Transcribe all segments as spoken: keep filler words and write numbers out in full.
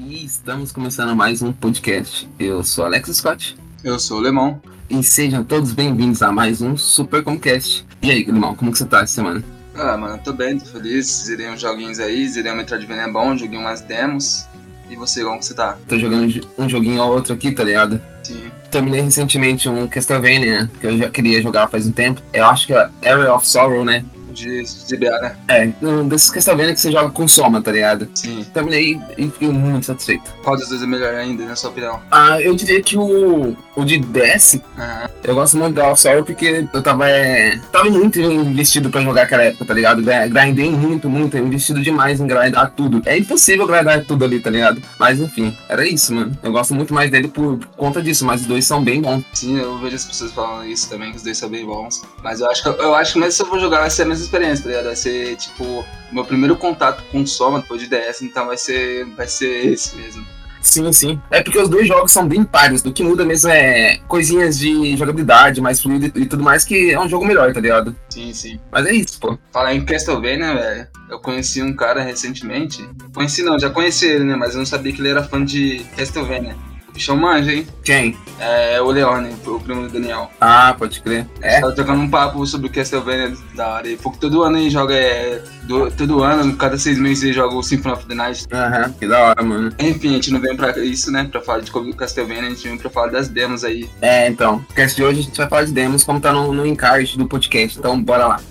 E estamos começando mais um podcast. Eu sou Alex Scott. Eu sou o Lemão. E sejam todos bem-vindos a mais um Super Comcast. E aí, Lemão, como que você tá essa semana? Ah, mano, tô bem, tô feliz. Zerei uns joguinhos aí, zerei uma Metroidvania bom, joguei umas demos. E você, como que você tá? Tô jogando um joguinho ou outro aqui, tá ligado? Sim. Terminei recentemente um Castlevania, que eu já queria jogar faz um tempo. Eu acho que é Area of Sorrow, né? De D B A, né? É, um desses Castlevania que você joga com soma, tá ligado? Sim. Terminei e fiquei muito satisfeito. Qual dos dois é melhor ainda, na sua opinião? Ah, eu diria que o, o de D S, Aham. eu gosto muito da All Sorrow porque eu tava, é, tava muito investido pra jogar aquela época, tá ligado? Gra- Grindei muito, muito, investido demais em grindar tudo. É impossível grindar tudo ali, tá ligado? Mas enfim, era isso, mano. Eu gosto muito mais dele por, por conta disso, mas os dois são bem bons. Sim, eu vejo as pessoas falando isso também, que os dois são bem bons. Mas eu acho que, eu acho que mesmo se eu for jogar, vai ser a mesma experiência, tá ligado? Vai ser, tipo, meu primeiro contato com o Soma depois de D S, então vai ser, vai ser esse mesmo. Sim, sim. É porque os dois jogos são bem pares. Do que muda mesmo é coisinhas de jogabilidade, mais fluido e tudo mais, que é um jogo melhor, tá ligado? Sim, sim. Mas é isso, pô. Falar em Castlevania, velho, eu conheci um cara recentemente. Conheci não, já conheci ele, né? Mas eu não sabia que ele era fã de Castlevania. O bichão manja, hein? Quem? É o Leone, o primo do Daniel. Ah, pode crer. É? Tava trocando um papo sobre o Castlevania da hora. E porque todo ano ele joga, é, do, todo ano, cada seis meses ele joga o Symphony of the Night. Aham, que da hora, mano. Enfim, a gente não veio pra isso, né? Pra falar de Castlevania, a gente veio pra falar das demos aí. É, então. No podcast de hoje a gente vai falar de demos, como tá no, no encarte do podcast. Então, bora lá.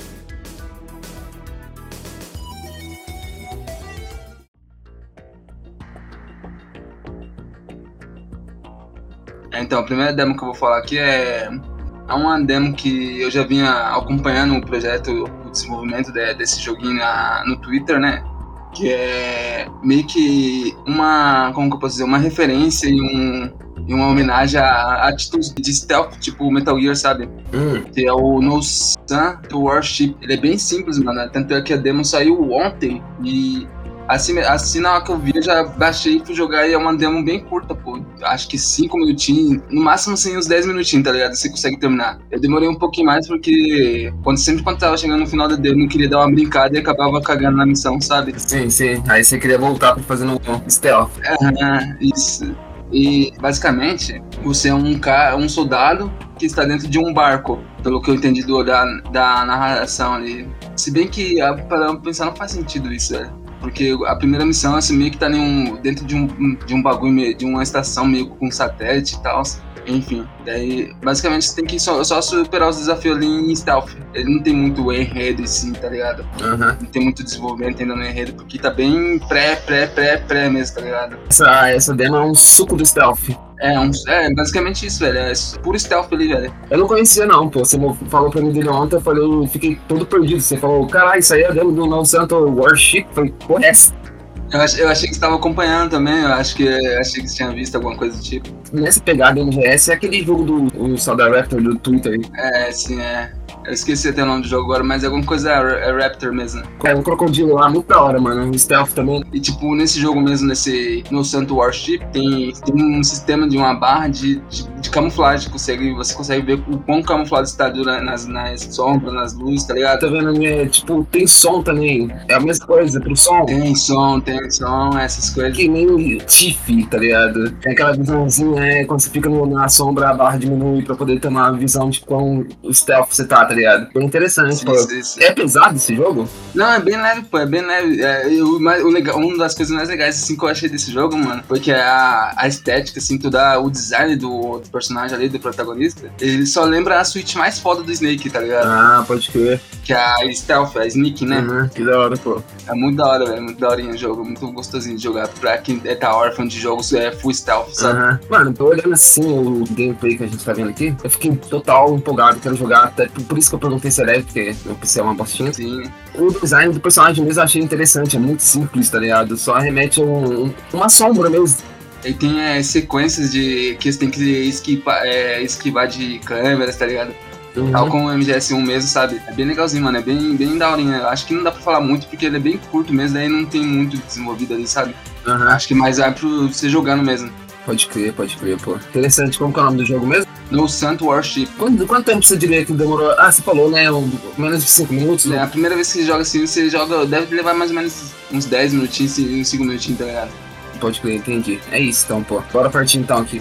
Então, a primeira demo que eu vou falar aqui é, é uma demo que eu já vinha acompanhando o projeto, o desenvolvimento de, desse joguinho na, no Twitter, né? Que é meio que uma, como que eu posso dizer, uma referência e, um, e uma homenagem a, a títulos de stealth, tipo Metal Gear, sabe? Hum, Que é o No Sun to Warship. Ele é bem simples, mano. Tanto é que a demo saiu ontem e assim, assim na hora que eu vi, eu já baixei e fui jogar e é uma demo bem curta, pô. Acho que cinco minutinhos, no máximo assim uns dez minutinhos, tá ligado? Você consegue terminar. Eu demorei um pouquinho mais porque quando, sempre quando tava chegando no final da demo, eu queria dar uma brincada e acabava cagando na missão, sabe? sim, sim. Aí você queria voltar pra fazer no stealth. Ah, isso. E basicamente, você é um cara, um soldado que está dentro de um barco, pelo que eu entendi do, da, da narração ali. Se bem que, para pensar, não faz sentido isso, velho. Porque a primeira missão, assim, meio que tá em um, dentro de um, de um bagulho, meio- de uma estação meio com satélite e tal. Enfim, daí basicamente você tem que só, só superar os desafios ali em stealth. Ele não tem muito enredo assim, tá ligado? Aham. Não tem muito desenvolvimento ainda no enredo, porque tá bem pré, pré, pré, pré mesmo, tá ligado? Essa, essa demo é um suco do stealth. É, um, é basicamente isso, velho. É puro stealth ali, velho. Eu não conhecia não, pô. Você mo- falou pra mim dele ontem, eu falei, eu fiquei todo perdido. Você falou, caralho, isso aí é demo do No Santo Warship. Eu falei, porra, é essa? Eu, ach, eu achei que você tava acompanhando também, eu acho que eu achei que você tinha visto alguma coisa do tipo. Nessa pegada M G S é aquele jogo do o Saga Raptor do Twitter. É, sim, é. Eu esqueci até o nome do jogo agora, mas é alguma coisa é, é Raptor mesmo. É um crocodilo lá, muito da hora, mano. Um stealth também. E tipo, nesse jogo mesmo, nesse No Santo Warship, tem, tem um sistema de uma barra de, de, de camuflagem. Consegue, você consegue ver o quão camuflado está durante, nas, nas sombras, nas luzes, tá ligado? Tá vendo? É, tipo, tem som também. É a mesma coisa, pro som. Tem som, tem som, essas coisas. Que nem o Tiff, tá ligado? Tem aquela visãozinha, é, quando você fica no- na sombra, a barra diminui pra poder ter uma visão de quão o stealth você tá, tá ligado? Bem interessante, pô. Isso, isso. É pesado esse jogo? Não, é bem leve, pô, é bem leve. É, eu- mas o legal, uma das coisas mais legais assim, que eu achei desse jogo, mano, foi que a, a estética, assim, toda, o design do, do personagem ali, do protagonista, ele só lembra a suíte mais foda do Snake, tá ligado? Ah, pode crer. Que é a Stealth, a Sneak, né? Uhum, que da hora, pô. É muito da hora, velho, muito daorinha o jogo, muito gostosinho de jogar. Pra quem é tá órfão de jogos, é full stealth, sabe? Aham. Mano, tô olhando assim o gameplay que a gente tá vendo aqui. Eu fiquei total empolgado, quero jogar. Até por por isso que eu perguntei se é leve, porque meu P C é uma bostinha. Sim. O design do personagem mesmo eu achei interessante, é muito simples, tá ligado? Só remete a um, um- uma sombra mesmo. E tem é, sequências de que você tem que esquivar, é, esquivar de câmeras, tá ligado? Uhum. Tal como o M G S um mesmo, sabe? É bem legalzinho, mano. É bem, bem daorinha. Eu acho que não dá pra falar muito porque ele é bem curto mesmo, daí não tem muito desenvolvido ali, sabe? Aham. Acho que mais vai pro você jogando mesmo. Pode crer, pode crer, pô. Interessante, como que é o nome do jogo mesmo? No Santo Warship. Quanto, quanto tempo você diria que demorou? Ah, você falou, né? Um, menos de cinco minutos, É, né? a primeira vez que você joga assim, você joga. Deve levar mais ou menos uns dez minutinhos, uns cinco minutinhos, tá ligado? Pode crer, entendi. É isso então, pô. Bora partir então aqui.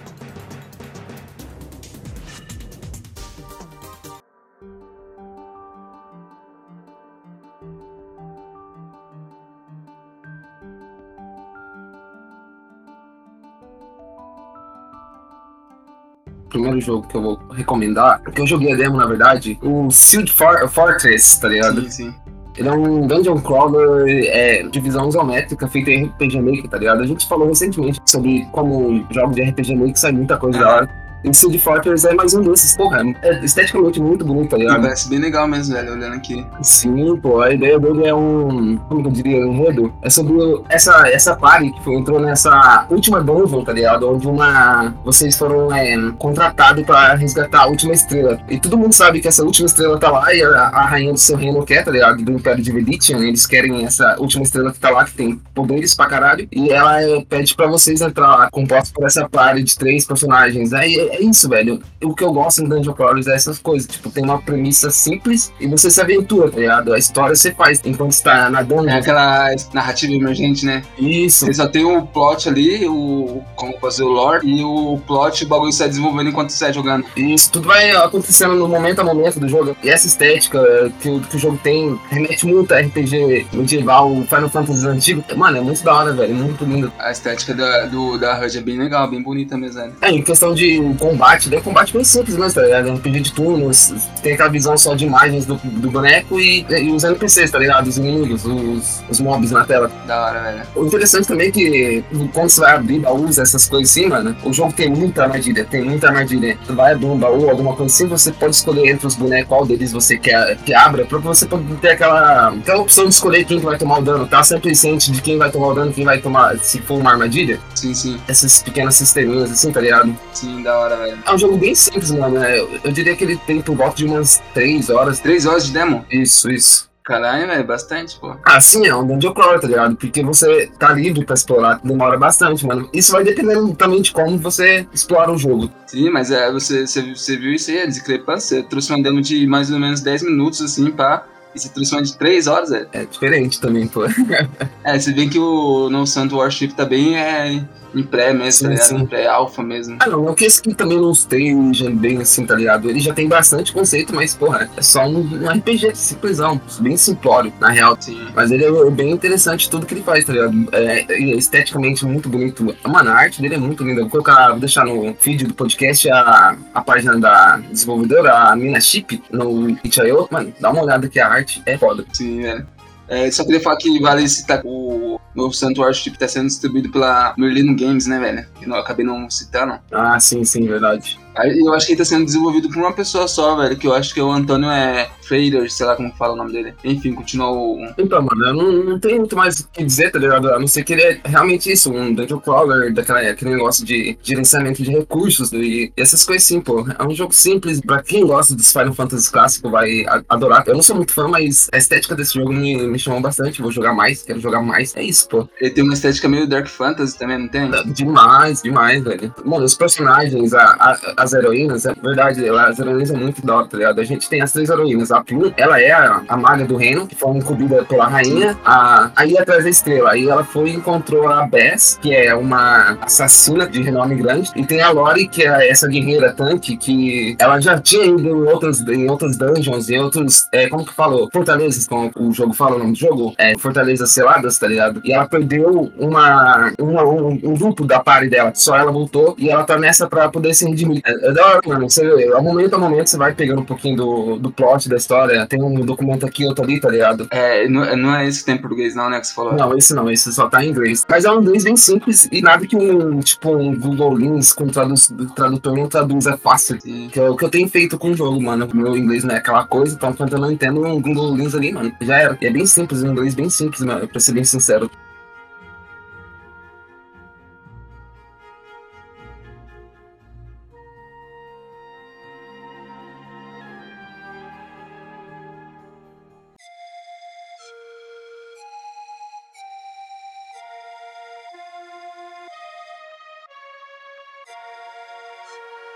Primeiro jogo que eu vou recomendar, porque eu joguei a demo, na verdade, o Sealed For- Fortress, tá ligado? Sim, sim. Ele é um dungeon crawler é, de visão isométrica feito em R P G Maker, tá ligado? A gente falou recentemente sobre como jogos de R P G Maker sai muita coisa da hora. E o Sealed Fortress é mais um desses, porra, é esteticamente muito bonito, tá ligado? Parece bem legal mesmo, velho, olhando aqui. Sim, pô, a ideia dele é um, como que eu diria, um enredo. É sobre essa, essa party que foi, entrou nessa última dungeon, tá ligado? Onde uma, vocês foram é, contratados pra resgatar a última estrela. E todo mundo sabe que essa última estrela tá lá e a, a rainha do seu reino quer, tá ligado? Do Império de Velitian, eles querem essa última estrela que tá lá, que tem poderes pra caralho. E ela é, pede pra vocês entrar lá, composto por essa party de três personagens. Aí é, é isso, velho. O que eu gosto em Dungeon Crawlers é essas coisas. Tipo, tem uma premissa simples e você se aventura, tá ligado? A história você faz enquanto está na dungeon. É aquela narrativa emergente, né? Isso. Você só tem o plot ali, o como fazer o lore, e o plot, o bagulho sai desenvolvendo enquanto você está jogando. Isso, tudo vai acontecendo no momento a momento do jogo. E essa estética que o, que o jogo tem remete muito a R P G medieval, Final Fantasy antigo. Mano, é muito da hora, velho. Muito lindo. A estética da, do, da H U D é bem legal, bem bonita mesmo, velho. É, em questão de combate, é combate bem simples mesmo, tá ligado? R P G de turnos, tem aquela visão só de imagens do, do boneco e, e os N P Cs, tá ligado? Os inimigos, os, os mobs na tela. Da hora, velho. O interessante também é que quando você vai abrir baús, essas coisas assim, mano, o jogo tem muita armadilha, tem muita armadilha. Tu vai abrir um baú, alguma coisa assim, você pode escolher entre os bonecos qual deles você quer que abra, pra você poder ter aquela, aquela opção de escolher quem que vai tomar o dano, tá sempre ciente de quem vai tomar o dano, quem vai tomar, se for uma armadilha. Sim, sim. Essas pequenas sisteminhas assim, tá ligado? Sim, da hora, velho. É um jogo bem simples, mano. Eu, eu diria que ele tem por volta de umas três horas. Três horas de demo? Isso, isso. Caralho, velho, bastante, pô. Ah, sim, é um dungeon crawler, tá ligado? Porque você tá livre pra explorar, demora bastante, mano. Isso vai dependendo também de como você explora o jogo. Sim, mas é, você, você, você viu isso aí, a discrepância. Você trouxe uma demo de mais ou menos dez minutos, assim, pá. E você trouxe uma de três horas, velho. É diferente também, pô. É, você vê que o No Santo Warship tá bem é, em pré mesmo, Sim, tá ligado? sim. Em pré-alpha mesmo. Ah, não, é que esse aqui também não esteja bem assim, tá ligado? Ele já tem bastante conceito, mas, porra, é só um, um R P G simplesão, bem simplório, na real. Sim. Mas ele é bem interessante tudo que ele faz, tá ligado? É, é esteticamente muito bonito. Mano, a arte dele é muito linda. Vou colocar, vou deixar no feed do podcast a, a página da desenvolvedora, a Mina Chip, no itch ponto i o. Mano, dá uma olhada que a arte é foda. Sim, velho. É, só queria falar que vale citar o novo Santo Warship tá sendo distribuído pela Merlino Games, né, velho? Que eu acabei não citando. Ah, sim, sim, verdade. Aí eu acho que ele tá sendo desenvolvido por uma pessoa só, velho. Que eu acho que o Antônio é Fader, sei lá como fala o nome dele. Enfim, continua o. Então, mano, eu não, não tenho muito mais o que dizer, tá ligado? A não ser que ele é realmente isso, um dungeon crawler, daquela, aquele negócio de gerenciamento de recursos e, e essas coisas assim, pô. É um jogo simples, pra quem gosta dos Final Fantasy clássicos vai a- adorar. Eu não sou muito fã, mas a estética desse jogo me, me chamou bastante. Vou jogar mais, quero jogar mais. É isso, pô. Ele tem uma estética meio Dark Fantasy também, não tem? Demais, demais, velho. Mano, os personagens, a, a- as heroínas, é verdade, as heroínas é muito da hora, tá ligado? A gente tem as três heroínas. A Pym, ela é a, a maga do reino, que foi incumbida pela rainha. A, aí atrás da estrela, aí ela foi e encontrou a Bess, que é uma assassina de renome grande. E tem a Lori, que é essa guerreira tanque, que ela já tinha ido em outras, em outras dungeons, em outros, é, como que falou? Fortalezas, como o jogo fala o nome do jogo. É, fortalezas seladas, tá ligado? E ela perdeu uma, uma um, um grupo da party dela, só ela voltou e ela tá nessa pra poder se redimir. É, é da hora, mano. Você, ao momento a momento você vai pegando um pouquinho do, do plot da história. Tem um documento aqui, outro ali, tá ligado? É, não, não é esse que tem em português, não, né? Que você falou. Não, esse não, esse só tá em inglês. Mas é um inglês bem simples e nada que um, tipo, um Google Lens com traduz, tradutor não traduz, é fácil. Sim. Que é o que eu tenho feito com o jogo, mano. Meu inglês não é aquela coisa, então quando eu não entendo um Google Lens ali, mano, já era. E é bem simples, um inglês bem simples, mano, pra ser bem sincero.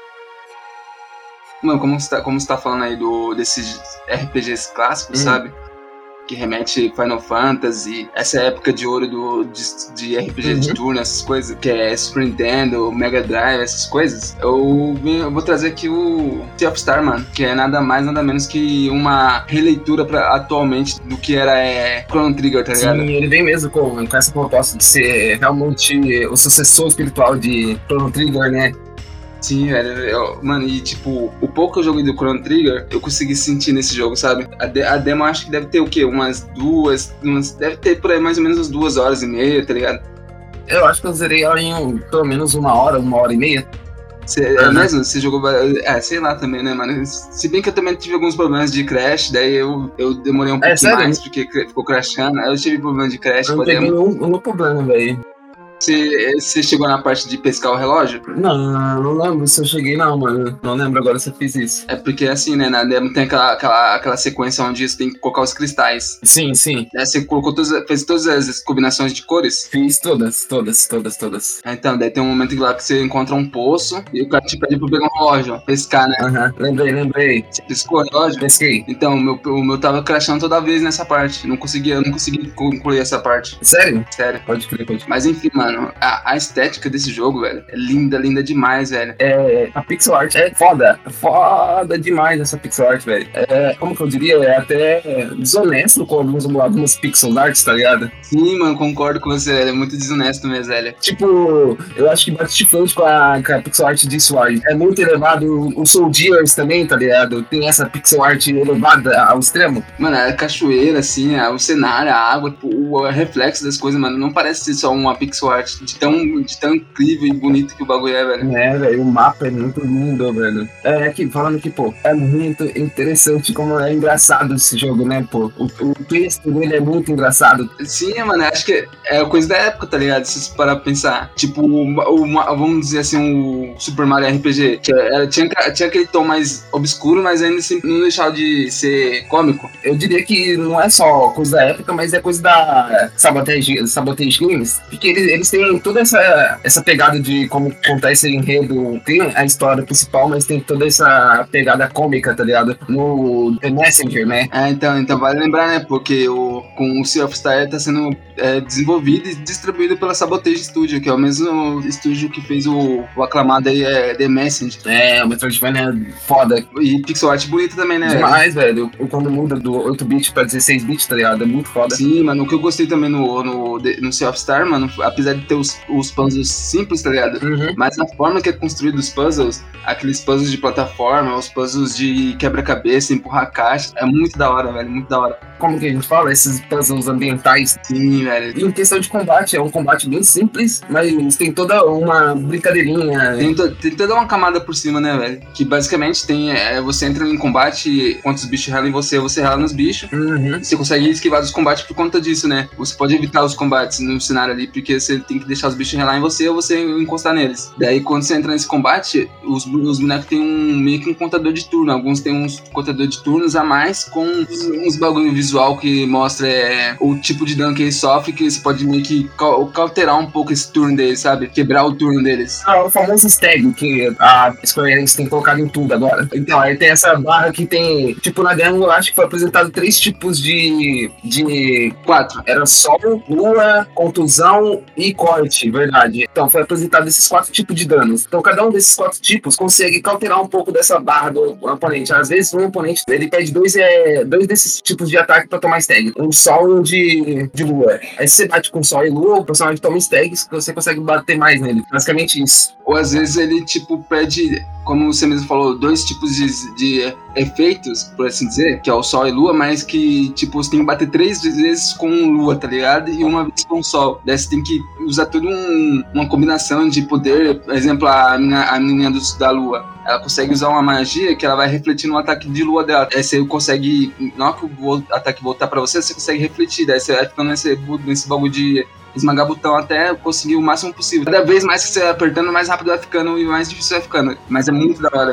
Mano, como você tá, como você tá falando aí do, desses R P Gs clássicos, Hum. sabe? que remete Final Fantasy, essa época de ouro do, de, de R P G uhum. de turno, essas coisas, que é Super Nintendo, Mega Drive, essas coisas. Eu, eu vou trazer aqui o Sea of Star, mano, que é nada mais, nada menos que uma releitura pra, atualmente do que era é, Chrono Trigger, tá ligado? Sim, ele vem mesmo com, com essa proposta de ser realmente o sucessor espiritual de Chrono Trigger, né? Sim, velho, eu, mano, e tipo, o pouco que eu joguei do Chrono Trigger, eu consegui sentir nesse jogo, sabe? A, de, a demo acho que deve ter o quê? Umas duas, umas, deve ter por aí mais ou menos umas duas horas e meia, tá ligado? Eu acho que eu zerei ela em pelo menos uma hora, uma hora e meia. Cê, é uhum. mesmo? Você jogou... É, sei lá também, né, mano? Se bem que eu também tive alguns problemas de crash, daí eu, eu demorei um é, pouquinho sério? mais, porque ficou crashando. Eu tive problema de crash. Eu não peguei nenhum problema, velho. Você, você chegou na parte de pescar o relógio? Não, não lembro se eu cheguei não, mano. Não lembro agora se eu fiz isso. É porque assim, né, na demo tem aquela, aquela, aquela sequência onde você tem que colocar os cristais. Sim, sim. Aí você colocou todas, fez todas as combinações de cores? Fiz todas, todas, todas, todas. Então, daí tem um momento lá que você encontra um poço e o cara te pede pra pegar um relógio, pescar, né? Aham, uhum. lembrei, lembrei. Você pescou o relógio? Pesquei. Então, o meu, o meu tava crashando toda vez nessa parte. Não conseguia, eu não consegui concluir essa parte. Sério? Sério. Pode crer, pode crer. Mas enfim, mano, a, a estética desse jogo, velho, é linda, linda demais, velho. É, a pixel art é foda, foda demais essa pixel art, velho. É, como que eu diria, é até desonesto com alguns, algumas pixel arts, tá ligado? Sim, mano, concordo com você, velho, é muito desonesto mesmo, velho. Tipo, eu acho que bate de frente com a, com a pixel art de Sword. É muito elevado, o Soul Gears também, tá ligado? Tem essa pixel art elevada ao extremo. Mano, a cachoeira, assim, o cenário, a água, o reflexo das coisas, mano, não parece ser só uma pixel art de tão de tão incrível e bonito que o bagulho é, velho. É, velho, o mapa é muito lindo, velho. É, que, falando que, pô, é muito interessante como é engraçado esse jogo, né, pô. O, o texto dele é muito engraçado. Sim, mano, acho que é coisa da época, tá ligado? Se você parar pra pensar. Tipo, o, o, vamos dizer assim, o Super Mario R P G, que era, tinha, tinha aquele tom mais obscuro, mas ainda assim não deixava de ser cômico. Eu diria que não é só coisa da época, mas é coisa da Sabotage, Sabotage Games, porque eles, eles têm toda essa, essa pegada de como contar esse enredo. Tem a história principal, mas tem toda essa pegada cômica, tá ligado? No The Messenger, né? É, então, então vale lembrar, né? Porque o, com o Sea of Star tá sendo é, desenvolvido e distribuído pela Sabotage Studio, que é o mesmo estúdio que fez o, o aclamado aí, é, The Messenger. É, o Metroidvania é foda. E pixel art bonita também, né? Demais, velho. Quando muda do oito bit pra dezesseis bit, tá ligado? É muito foda. Sim, mano, o que eu gostei também no, no, no Sea of Star, mano, apesar de ter os, os puzzles simples, tá ligado? Uhum. Mas a forma que é construído os puzzles, aqueles puzzles de plataforma, os puzzles de quebra-cabeça, empurrar caixa, é muito da hora, velho, muito da hora. Como que a gente fala? Esses puzzles ambientais. Sim, velho. E em questão de combate, é um combate bem simples, mas tem toda uma brincadeirinha. Tem, to, tem toda uma camada por cima, né, velho? Que basicamente tem, é, você entra em combate, quando os bichos ralam em você, você rala nos bichos. Uhum. Você consegue esquivar dos combates por conta disso, né? Você pode evitar os combates no cenário ali, porque você tem que deixar os bichos ralar em você ou você encostar neles. Daí, quando você entra nesse combate, os, os bonecos tem um, meio que um contador de turno. Alguns tem uns contador de turnos a mais com uns, uns bagulho visual que mostra é, o tipo de dano que eles sofrem, que você pode meio que cauterar um pouco esse turno deles, sabe? Quebrar o turno deles. Ah, o famoso stag que a Square Enix tem colocado em tudo agora. Então, aí tem essa barra que tem, tipo, na demo, eu acho que foi apresentado três tipos de... de... Quatro. Era sol, lua, contusão e corte, verdade. Então, foi apresentado esses quatro tipos de danos. Então, cada um desses quatro tipos consegue cauterar um pouco dessa barra do oponente. Às vezes, um oponente, ele pede dois, é, dois desses tipos de ataque pra tomar stag. Um sol e um de, de lua. Aí, se você bate com sol e lua, o personagem toma stags, você consegue bater mais nele. Basicamente isso. Ou às vezes ele, tipo, pede, como você mesmo falou, dois tipos de, de efeitos, por assim dizer, que é o sol e lua, mas que, tipo, você tem que bater três vezes com lua, tá ligado? E uma vez com sol. Daí você tem que usar toda um, uma combinação de poder. Por exemplo, a menina, a menina do, da lua, ela consegue usar uma magia que ela vai refletir no ataque de lua dela. Aí você consegue, na hora que o ataque voltar pra você, você consegue refletir. Daí você vai ficando nesse, nesse bagulho de esmagar botão até conseguir o máximo possível. Cada vez mais que você vai apertando, mais rápido vai ficando e mais difícil vai ficando. Mas é muito da hora, velho.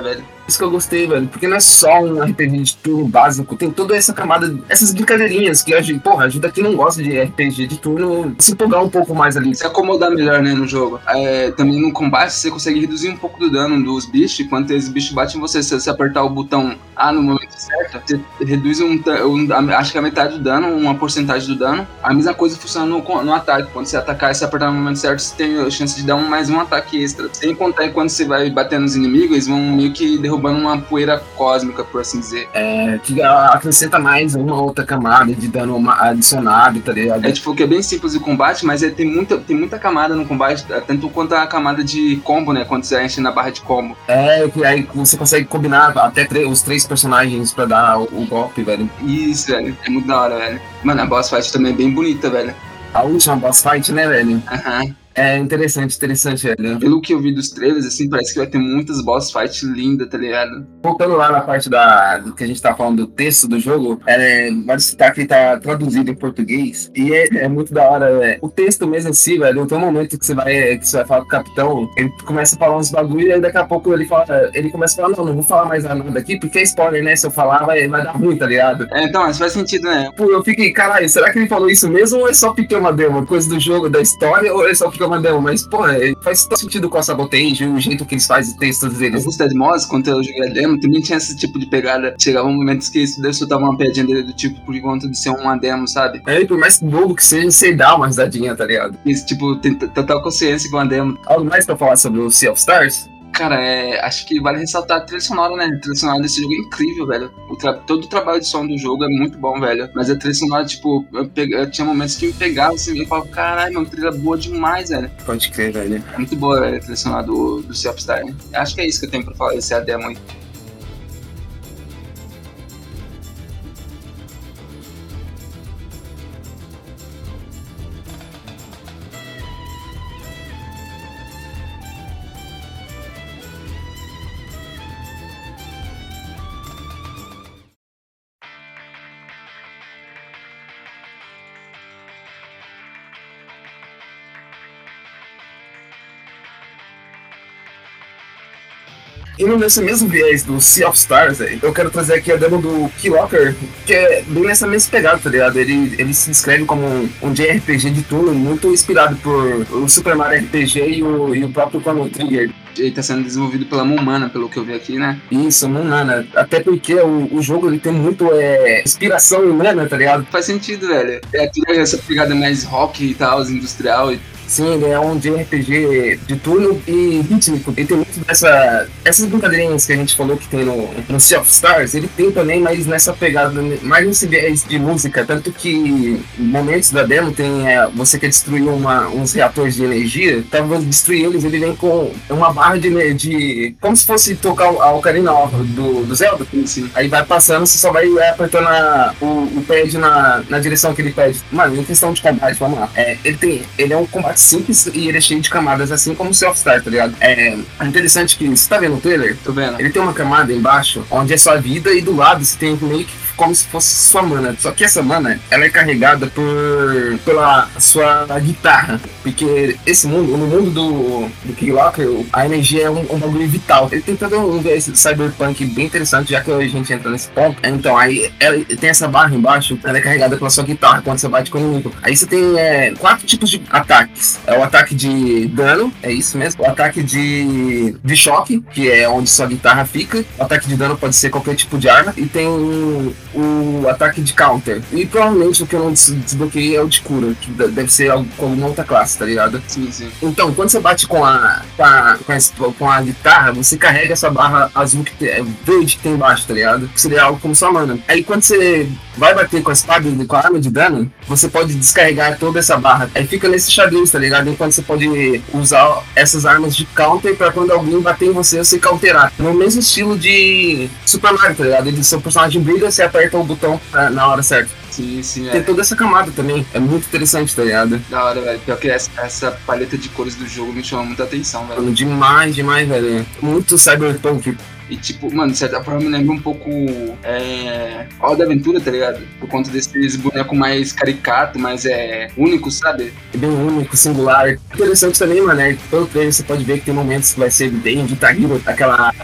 Isso que eu gostei, velho, porque não é só um R P G de turno básico, tem toda essa camada, essas brincadeirinhas que ajuda, porra, ajuda quem não gosta de R P G de turno se empolgar um pouco mais ali. Se acomodar melhor, né, no jogo. É, também no combate você consegue reduzir um pouco do dano dos bichos, quando esses bichos batem em você, se você apertar o botão A no momento certo, você reduz um, um, acho que a metade do dano, uma porcentagem do dano. A mesma coisa funciona no, no ataque, quando você atacar e se apertar no momento certo, você tem a chance de dar um, mais um ataque extra. Sem contar que quando você vai bater nos inimigos, eles vão meio que derrubar uma poeira cósmica, por assim dizer. É, que acrescenta mais uma outra camada de dano adicionado, tá ligado? É tipo, que é bem simples o combate, mas é, tem, muita, tem muita camada no combate, tanto quanto a camada de combo, né? Quando você enche na barra de combo. É, que aí você consegue combinar até os três personagens pra dar o, o golpe, velho. Isso, velho. É muito da hora, velho. Mano, a boss fight também é bem bonita, velho. A última boss fight, né, velho? Aham. Uhum. É interessante, interessante, velho. Pelo que eu vi dos trailers, assim, parece que vai ter muitas boss fights lindas, tá ligado? Voltando lá na parte da, do que a gente tá falando do texto do jogo, é, vale citar que ele tá traduzido em português, e é, é muito da hora, velho. O texto mesmo em si, velho, tem um momento que você vai, que você vai falar com o capitão, ele começa a falar uns bagulho, e aí daqui a pouco ele fala, ele começa a falar, não, não vou falar mais nada aqui, porque é spoiler, né? Se eu falar, vai, vai dar ruim, tá ligado? É, então, isso faz sentido, né? Pô, eu fiquei, caralho, será que ele falou isso mesmo, ou é só porque é uma demo? Coisa do jogo, da história, ou é só porque é uma demo? Mas, pô, faz todo sentido com a Sabotage, o jeito que eles fazem textos deles. O Stead Moss, quando eu joguei a demo, também tinha esse tipo de pegada. Chegava um momento que isso deve soltar uma piadinha dele do tipo por conta de ser uma demo, sabe? É, e por mais bobo que seja, você dá uma risadinha, tá ligado? Isso, tipo, tem total consciência com a demo. Algo mais pra falar sobre o Sea of Stars? Cara, é, acho que vale ressaltar a trilha sonora, né? A trilha sonora desse jogo é incrível, velho. O tra... Todo o trabalho de som do jogo é muito bom, velho. Mas a trilha sonora, tipo, eu, pe... eu tinha momentos que me pegava assim, e eu falava, caralho, mano, trilha boa demais, velho. Pode crer, velho. É muito boa, velho, a trilha sonora do, do Sea of Stars, né? Acho que é isso que eu tenho pra falar desse A demo aí. E nesse mesmo viés do Sea of Stars, eu quero trazer aqui a demo do Keylocker, que é bem nessa mesma pegada, tá ligado? Ele, ele se descreve como um, um J R P G de turno muito inspirado por o Super Mario R P G e o, e o próprio Chrono Trigger. Ele tá sendo desenvolvido pela Munana, pelo que eu vi aqui, né? Isso, Munana. Até porque o, o jogo ele tem muito é, inspiração em Mana, tá ligado? Faz sentido, velho. É tudo essa pegada mais rock e tal, industrial e Sim, ele é um J R P G de turno e rítmico. Ele tem muito dessa... Essas brincadeirinhas que a gente falou que tem no, no Sea of Stars, ele tem também, mas nessa pegada, mais nesse viés de música. Tanto que momentos da demo tem... É, você quer destruir uma, uns reatores de energia, pra você destruir eles, ele vem com uma barra de... de como se fosse tocar a Ocarina of do, do Zelda. Sim. Aí vai passando, você só vai apertando a, o, o pad na, na direção que ele pede. Mano, em questão de combate, vamos lá. É, ele, tem, ele é um combate simples e ele é cheio de camadas, assim como o Sea of Stars, tá ligado? É interessante que, você tá vendo o trailer? Tô vendo. Ele tem uma camada embaixo, onde é sua vida, e do lado você tem meio que como se fosse sua mana. Só que essa mana, ela é carregada por pela sua guitarra. Porque esse mundo, no mundo do, do Keylocker, a energia é um, um bagulho vital. Ele tem todo um esse cyberpunk bem interessante, já que a gente entra nesse ponto. Então, aí ela tem essa barra embaixo, ela é carregada pela sua guitarra quando você bate com o inimigo. Aí você tem é, quatro tipos de ataques. É o ataque de dano, é isso mesmo. O ataque de, de choque, que é onde sua guitarra fica. O ataque de dano pode ser qualquer tipo de arma. E tem o, o ataque de counter. E provavelmente o que eu não desbloqueei é o de cura, que deve ser algo como uma outra classe, tá ligado? Sim, sim. Então, quando você bate com a, com a, com a, com a guitarra, você carrega essa barra azul que tem, verde que tem embaixo, tá ligado? Que seria algo como sua mana. Aí quando você vai bater com a espada e com a arma de dano, você pode descarregar toda essa barra. Aí fica nesse xadrez, tá ligado? Enquanto você pode usar essas armas de counter pra quando alguém bater em você, você counterar. No mesmo estilo de Super Mario, tá ligado? Ele, seu personagem brilha, você aperta o botão na, na hora certa. Sim, sim, Tem é. toda essa camada também. É muito interessante, tá ligado? Da hora, velho. Pior que essa, essa paleta de cores do jogo me chama muita atenção, velho. Demais, demais, velho. Muito cyberpunk. E tipo, mano, de certa forma me lembra um pouco é, Hora da Aventura, tá ligado? Por conta desses bonecos mais caricato, mais é, únicos, sabe? É bem único, singular. Interessante também, mano, né? Pelo trailer você pode ver que tem momentos que vai ser bem Guitar Hero, aquela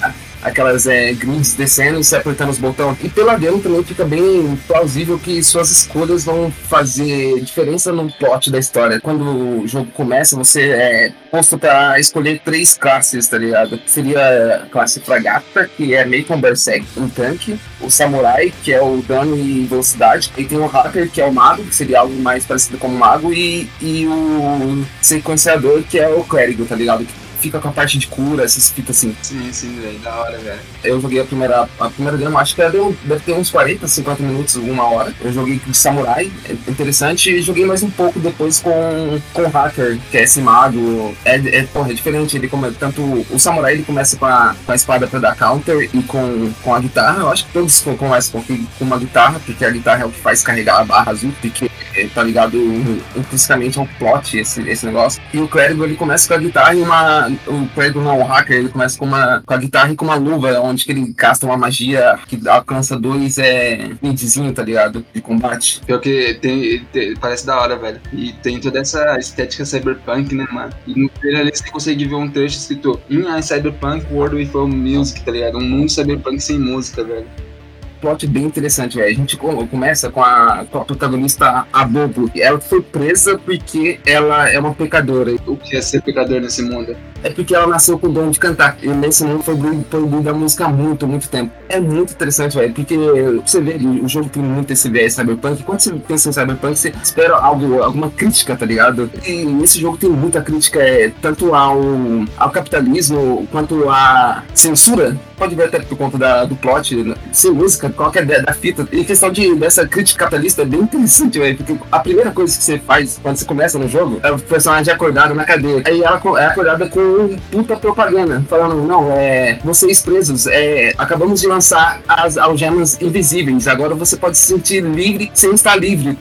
aquelas é, grids descendo e você apertando os botões. E pela demo também fica bem plausível que suas escolhas vão fazer diferença no plot da história. Quando o jogo começa, você é posto pra escolher três classes, tá ligado? Seria a classe Fragata, que é meio que um Berserk, um tanque, o Samurai, que é o dano e velocidade, e tem o Hacker, que é o mago, que seria algo mais parecido com o mago, e, e o sequenciador, que é o clérigo, tá ligado? Que fica com a parte de cura, essas fitas assim. Sim, sim, velho, da hora, velho. Eu joguei a primeira, a primeira demo, acho que deu, deve ter uns quarenta, cinquenta minutos, uma hora. Eu joguei com o Samurai, é interessante, e joguei mais um pouco depois com, com o Hacker, que é esse mago. É, é, porra, é diferente, ele come, tanto o Samurai ele começa com a, com a espada pra dar counter e com, com a guitarra. Eu acho que todos começam com, com uma guitarra, porque a guitarra é o que faz carregar a barra azul, porque tá ligado intrinsecamente ao plot esse, esse negócio. E o clérigo ele começa com a guitarra e uma. O clérigo não, o hacker, ele começa com, uma, com a guitarra e com uma luva, onde que ele casta uma magia que alcança dois é, midzinho, tá ligado? De combate. Pior que tem, tem, parece da hora, velho. E tem toda essa estética cyberpunk, né, mano? E no trailer ali você consegue ver um trecho escrito In a Cyberpunk World Without Music, tá ligado? Um mundo cyberpunk sem música, velho. Plot bem interessante, velho. A gente começa com a, com a protagonista, a Bobo. Ela foi presa porque ela é uma pecadora. O que é ser pecador nesse mundo? É porque ela nasceu com o dom de cantar. E nesse mundo foi proibido a música há muito, muito tempo. É muito interessante, velho. Porque você vê, o jogo tem muito esse viés cyberpunk. Quando você pensa em cyberpunk, você espera algo, alguma crítica, tá ligado? E esse jogo tem muita crítica, é, tanto ao, ao capitalismo quanto à censura. Pode ver até por conta da, do plot, né? Sem música, qualquer da, da fita. E a questão de, dessa crítica capitalista é bem interessante, velho. Porque a primeira coisa que você faz quando você começa no jogo é o personagem acordado na cadeia. Aí ela é acordada com puta propaganda, falando, não, é, vocês presos, é, acabamos de lançar as algemas invisíveis, agora você pode se sentir livre sem estar livre.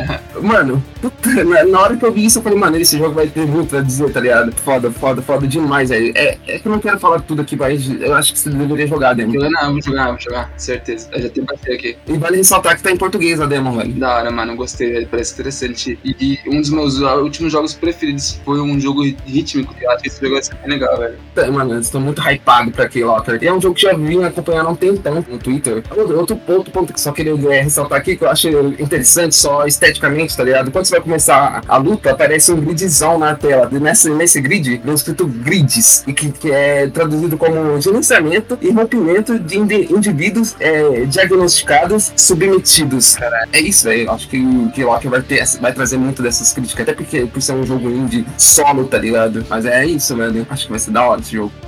Mano, puta, na hora que eu vi isso, eu falei, mano, esse jogo vai ter muito a dizer, tá ligado? Foda, foda, foda demais, velho. É, é que eu não quero falar tudo aqui, mas eu acho que você deveria jogar a demo. Eu não, vou jogar, vou jogar, certeza. Eu já tenho bater aqui. E vale ressaltar que tá em português a demo, velho. Da hora, mano, gostei, velho, parece interessante. E, e um dos meus últimos jogos preferidos foi um jogo rítmico, eu acho que esse jogo vai ser bem legal, velho. É, mano, eu estou muito hypado pra Keylogger. E é um jogo que já vim acompanhando há um tempão no Twitter. Outro, outro, outro ponto que só queria é, ressaltar aqui, que eu acho interessante, só esteticamente, tá ligado? Quando você vai começar a, a luta, aparece um gridzão na tela. E nesse, nesse grid, vem escrito grids, e que, que é traduzido como gerenciamento e rompimento de indi, indivíduos é, diagnosticados submetidos. Cara, é isso, velho. Acho que o Keylogger vai, ter, vai trazer muito dessas críticas, até porque por ser um jogo indie solo, tá ligado? Mas é isso, velho. Acho que vai ser da hora esse jogo.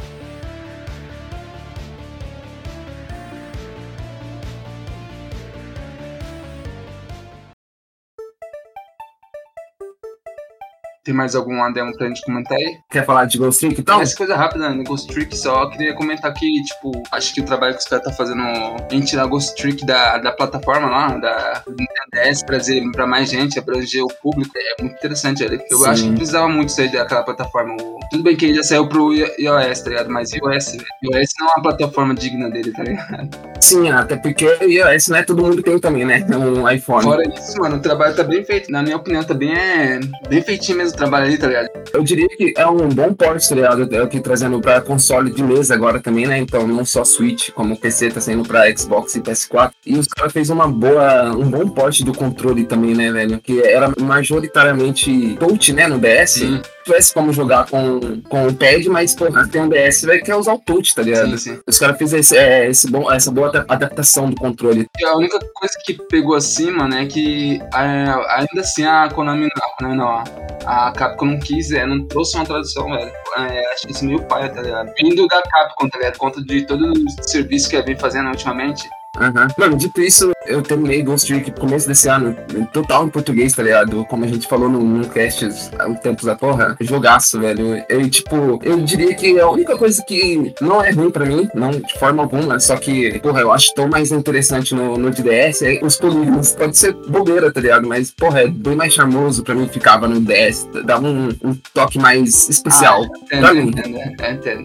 Tem mais alguma demo pra gente comentar aí? Quer falar de Ghost Trick então? Essa coisa rápida, né? Ghost Trick, só queria comentar que, tipo, acho que o trabalho que os caras tá fazendo em tirar Ghost Trick da, da plataforma lá, da Nintendo D S, trazer pra mais gente, abranger o público, é muito interessante, velho. Eu Sim. acho que precisava muito sair daquela plataforma. Tudo bem que ele já saiu pro iOS, tá ligado? Mas iOS, iOS não é uma plataforma digna dele, tá ligado? Sim, até porque iOS, né, todo mundo tem também, né? Um iPhone. Fora isso, mano, o trabalho tá bem feito. Na minha opinião, tá bem, é, bem feitinho mesmo o trabalho ali, tá ligado? Eu diria que é um bom port, tá ligado? Eu aqui trazendo pra console de mesa agora também, né? Então, não só Switch, como o P C tá saindo pra Xbox e P S quatro. E os caras fez uma boa, um bom port do controle também, né, velho? Que era majoritariamente touch, né, no D S. Sim. Tivesse como jogar com, com o pad, mas, pô, tem um D S, vai querer usar o touch, tá ligado? Sim, sim. Os caras fizeram esse, é, esse bom, essa boa adaptação do controle. E a única coisa que pegou acima, né, que é, ainda assim a Konami, a Konami não, a Capcom não quis, é, não trouxe uma tradução, velho. É, acho isso meio paia, tá ligado? Vindo da Capcom, tá ligado? Conta de todo o serviço que ela vem fazendo ultimamente. Uhum. Mano, dito isso, eu terminei Ghost Trick no começo desse ano, total em português, tá ligado? Como a gente falou num, num cast há um tempo da porra, jogaço, velho. Eu, tipo, eu diria que a única coisa que não é ruim pra mim, não de forma alguma, só que, porra, eu acho tão mais interessante no, no D S, é os polígonos. Pode ser bobeira, tá ligado? Mas, porra, é bem mais charmoso pra mim, ficava no D S, dava um, um toque mais especial. Ah, entendo, pra mim. Entendo, entendo.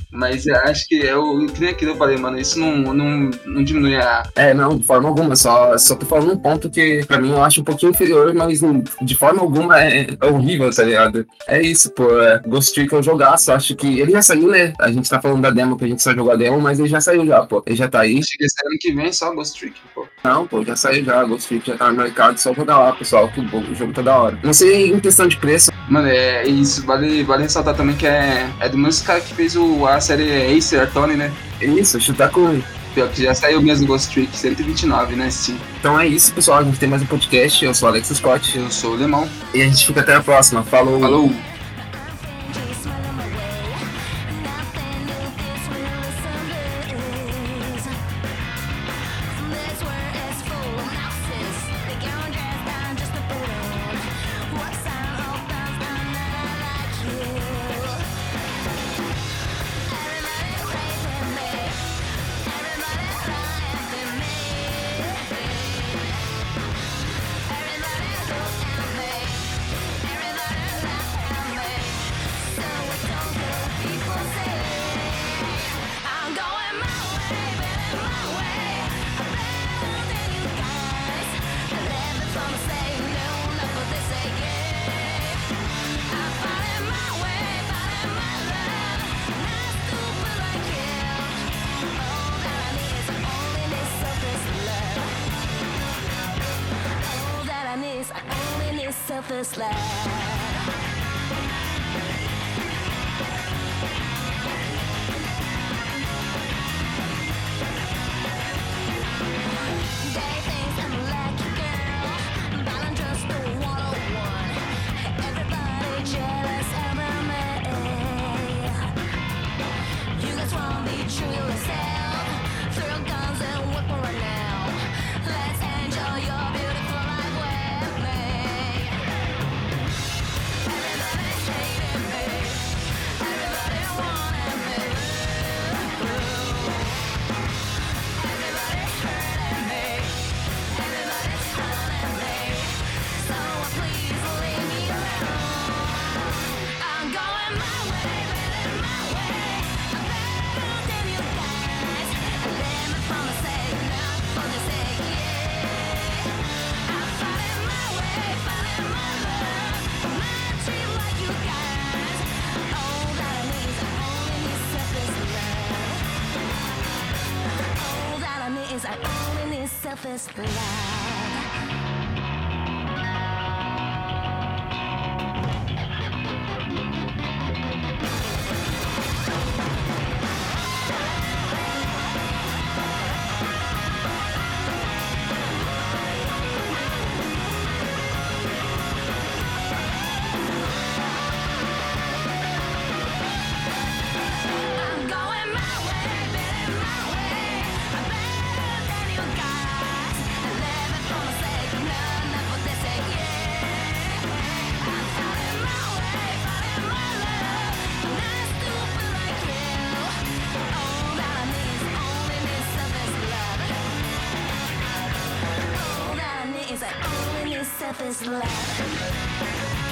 Mas eu acho que é o que nem aquilo que eu falei, mano. Isso não, não, não diminui a. É, não, de forma alguma, só, só tô falando um ponto que pra mim eu acho um pouquinho inferior, mas hum, de forma alguma é, é horrível, tá ligado? É isso, pô, é, Ghost Trick é um jogaço, acho que ele já saiu, né? A gente tá falando da demo, que a gente só jogou a demo, mas ele já saiu já, pô, ele já tá aí. Acho que esse ano que vem só Ghost Trick, pô. Não, pô, já saiu já, Ghost Trick já tá no mercado, só jogar lá, pessoal, que bom, o jogo tá da hora. Não sei em questão de preço. Mano, é isso, vale, vale ressaltar também que é, é do mesmo cara que fez o, a série Acer Attorney, né? Isso, chutar com. Pior que já saiu mesmo Ghost Trick, cento e vinte e nove, né, Steam. Então é isso, pessoal, a gente tem mais um podcast, eu sou o Alex Scott. Eu sou o Lemão. E a gente fica até a próxima, falou! Falou! Selfish love. I only need selfish love. Selfish love.